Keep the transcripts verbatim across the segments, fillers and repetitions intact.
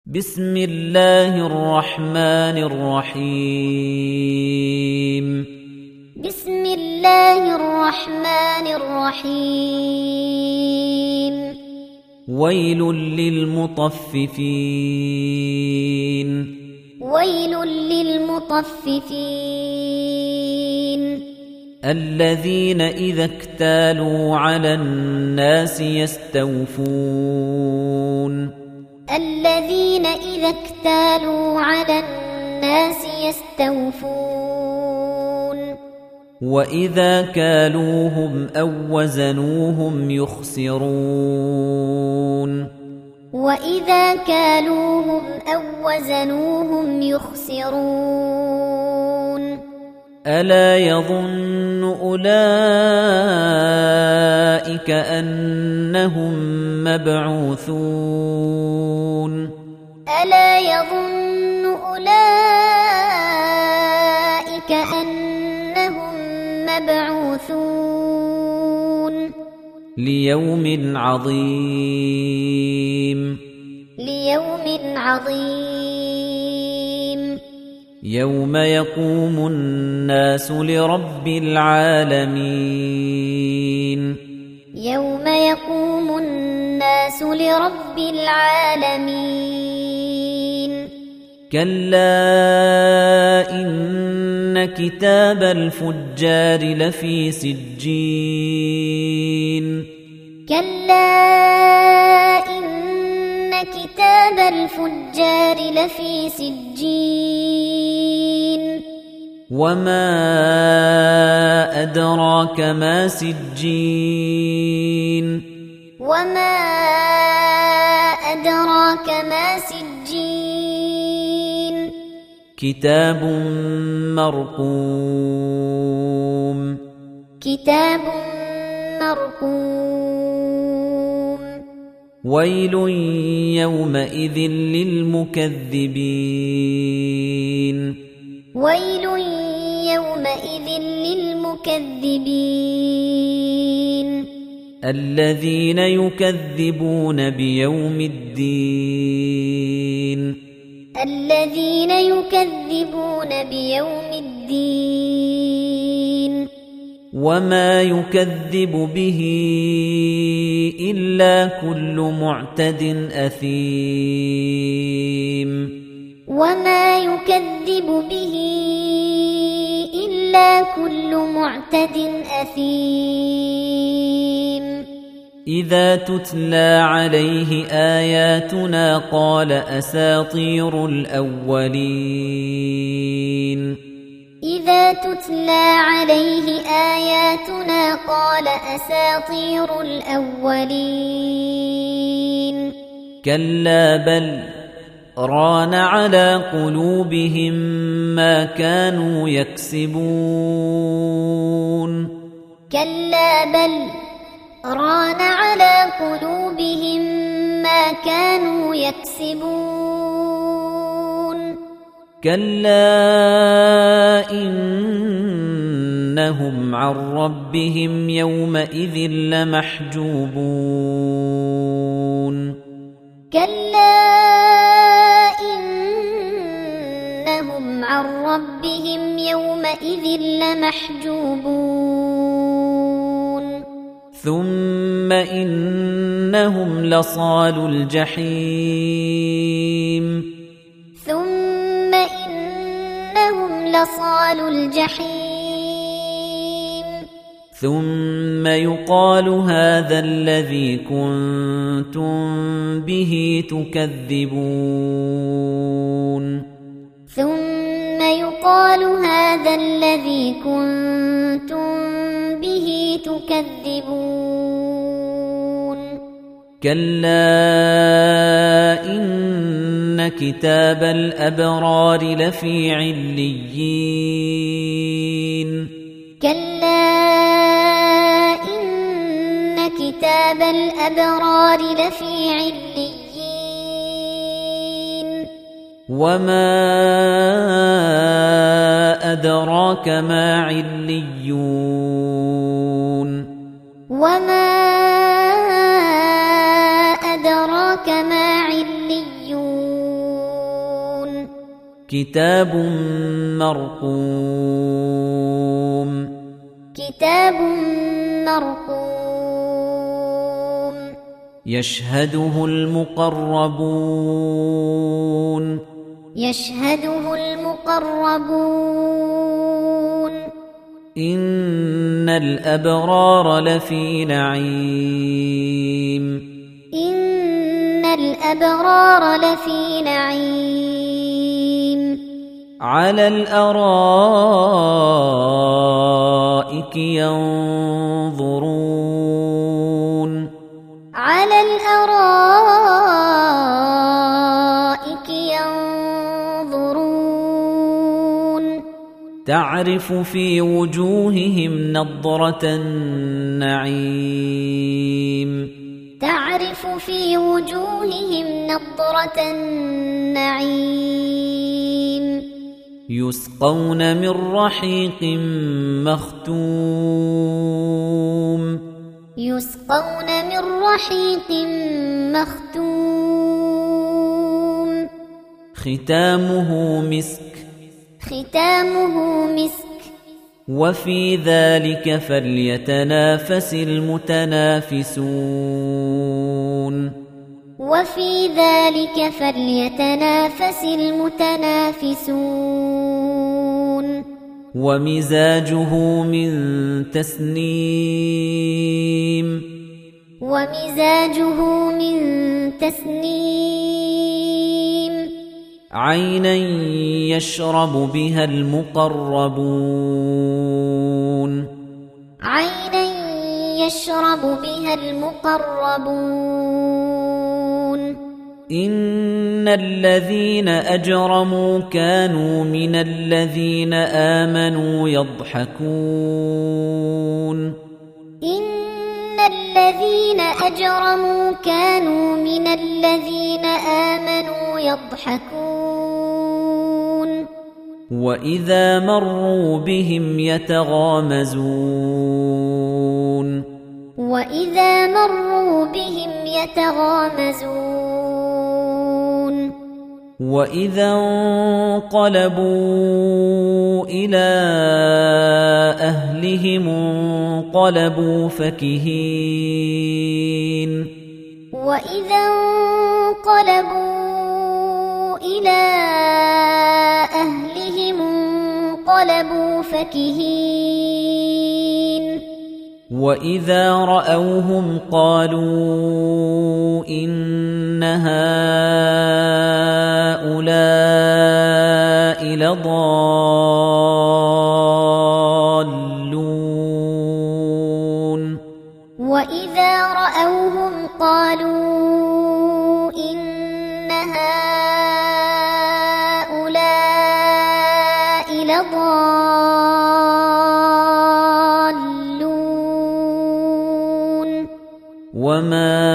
بسم الله الرحمن الرحيم بسم الله الرحمن الرحيم ويل للمطففين ويل للمطففين الذين إذا اكتالوا على الناس يستوفون الذين إذا اكتالوا على الناس يستوفون وإذا كالوهم أو وزنوهم يخسرون وإذا كالوهم أو وزنوهم يخسرون ألا يظن أولئك أنهم مبعوثون ألا يظن أولئك أنهم مبعوثون ليوم عظيم ليوم عظيم يوم يقوم الناس لرب العالمين يوم يقوم الناس لرب العالمين كلا إن كتاب الفجار لفي سجين كلا إن كتاب الفجار لفي سجين وما أدراك ما سجين وما أدراك ما سجين كتاب مرقوم كتاب مرقوم ويل يومئذ للمكذبين ويل يومئذ للمكذبين الذين يكذبون بيوم الدين الذين يكذبون بيوم الدين وما يكذب به إلا كل معتد أثيم وما يكذب به إلا كل معتد أثيم إذا تتلى عليه آياتنا قال أساطير الأولين إذا تتلى عليه آياتنا قال أساطير الأولين كلا بل ران على قلوبهم ما كانوا يكسبون كلا بل ران على قلوبهم ما كانوا يكسبون كلا إنهم عن ربهم يومئذ لمحجوبون كلا إنهم عن ربهم يومئذ لمحجوبون ثم إنهم لصالو الجحيم ثم إنهم لصالو الجحيم ثم يقال هذا الذي كنتم به تكذبون ثم يقال هذا الذي كنتم به تكذبون كلا إن كتاب الأبرار لفي عليين كلا إن كتاب الأبرار لفي عليين وما أدراك ما عليون وما أدراك ما عليون كتاب مرقوم كتاب مرقوم يشهده المقربون يشهده المقربون إن الأبرار لفي نعيم إن الأبرار لفي نعيم على الأرائك ينظرون على الأرائك ينظرون تعرف في وجوههم نضرة النعيم تعرف في وجوههم نضرة النعيم يسقون من رحيق مختوم يسقون من رحيق مختوم ختامه مسك ختامه مسك وفي ذلك فليتنافس المتنافسون وفي ذلك فليتنافس المتنافسون ومزاجه من تسنيم ومزاجه من تسنيم عينا يشرب بها المقربون عينا يشرب بها المقربون إن الذين أجرموا كانوا من الذين آمنوا يضحكون إن الذين أجرموا كانوا من الذين آمنوا يضحكون وإذا مروا بهم يتغامزون وإذا مروا بهم يتغامزون وإذا انقلبوا إلى أهلهم انقلبوا فكهين وإذا انقلبوا إلى أهلهم انقلبوا فكهين وإذا رأوهم قالوا إن هؤلاء لضالون وإذا رأوهم قالوا إن هؤلاء لضالون وما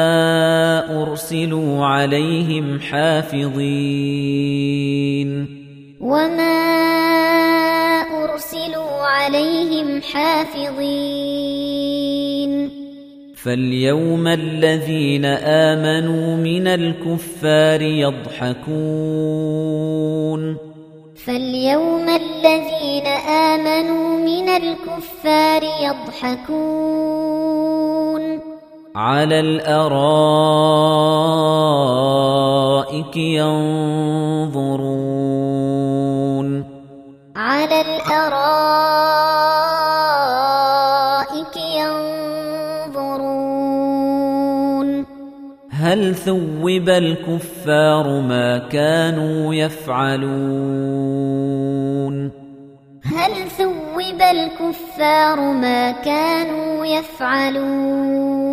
أرسلوا عليهم حافظين وما أرسلوا عليهم حافظين فاليوم الذين آمنوا من الكفار يضحكون فاليوم الذين آمنوا من الكفار يضحكون على الأرائك ينظرون على الأرائك ينظرون هل ثوب الكفار ما كانوا يفعلون هل ثوب الكفار ما كانوا يفعلون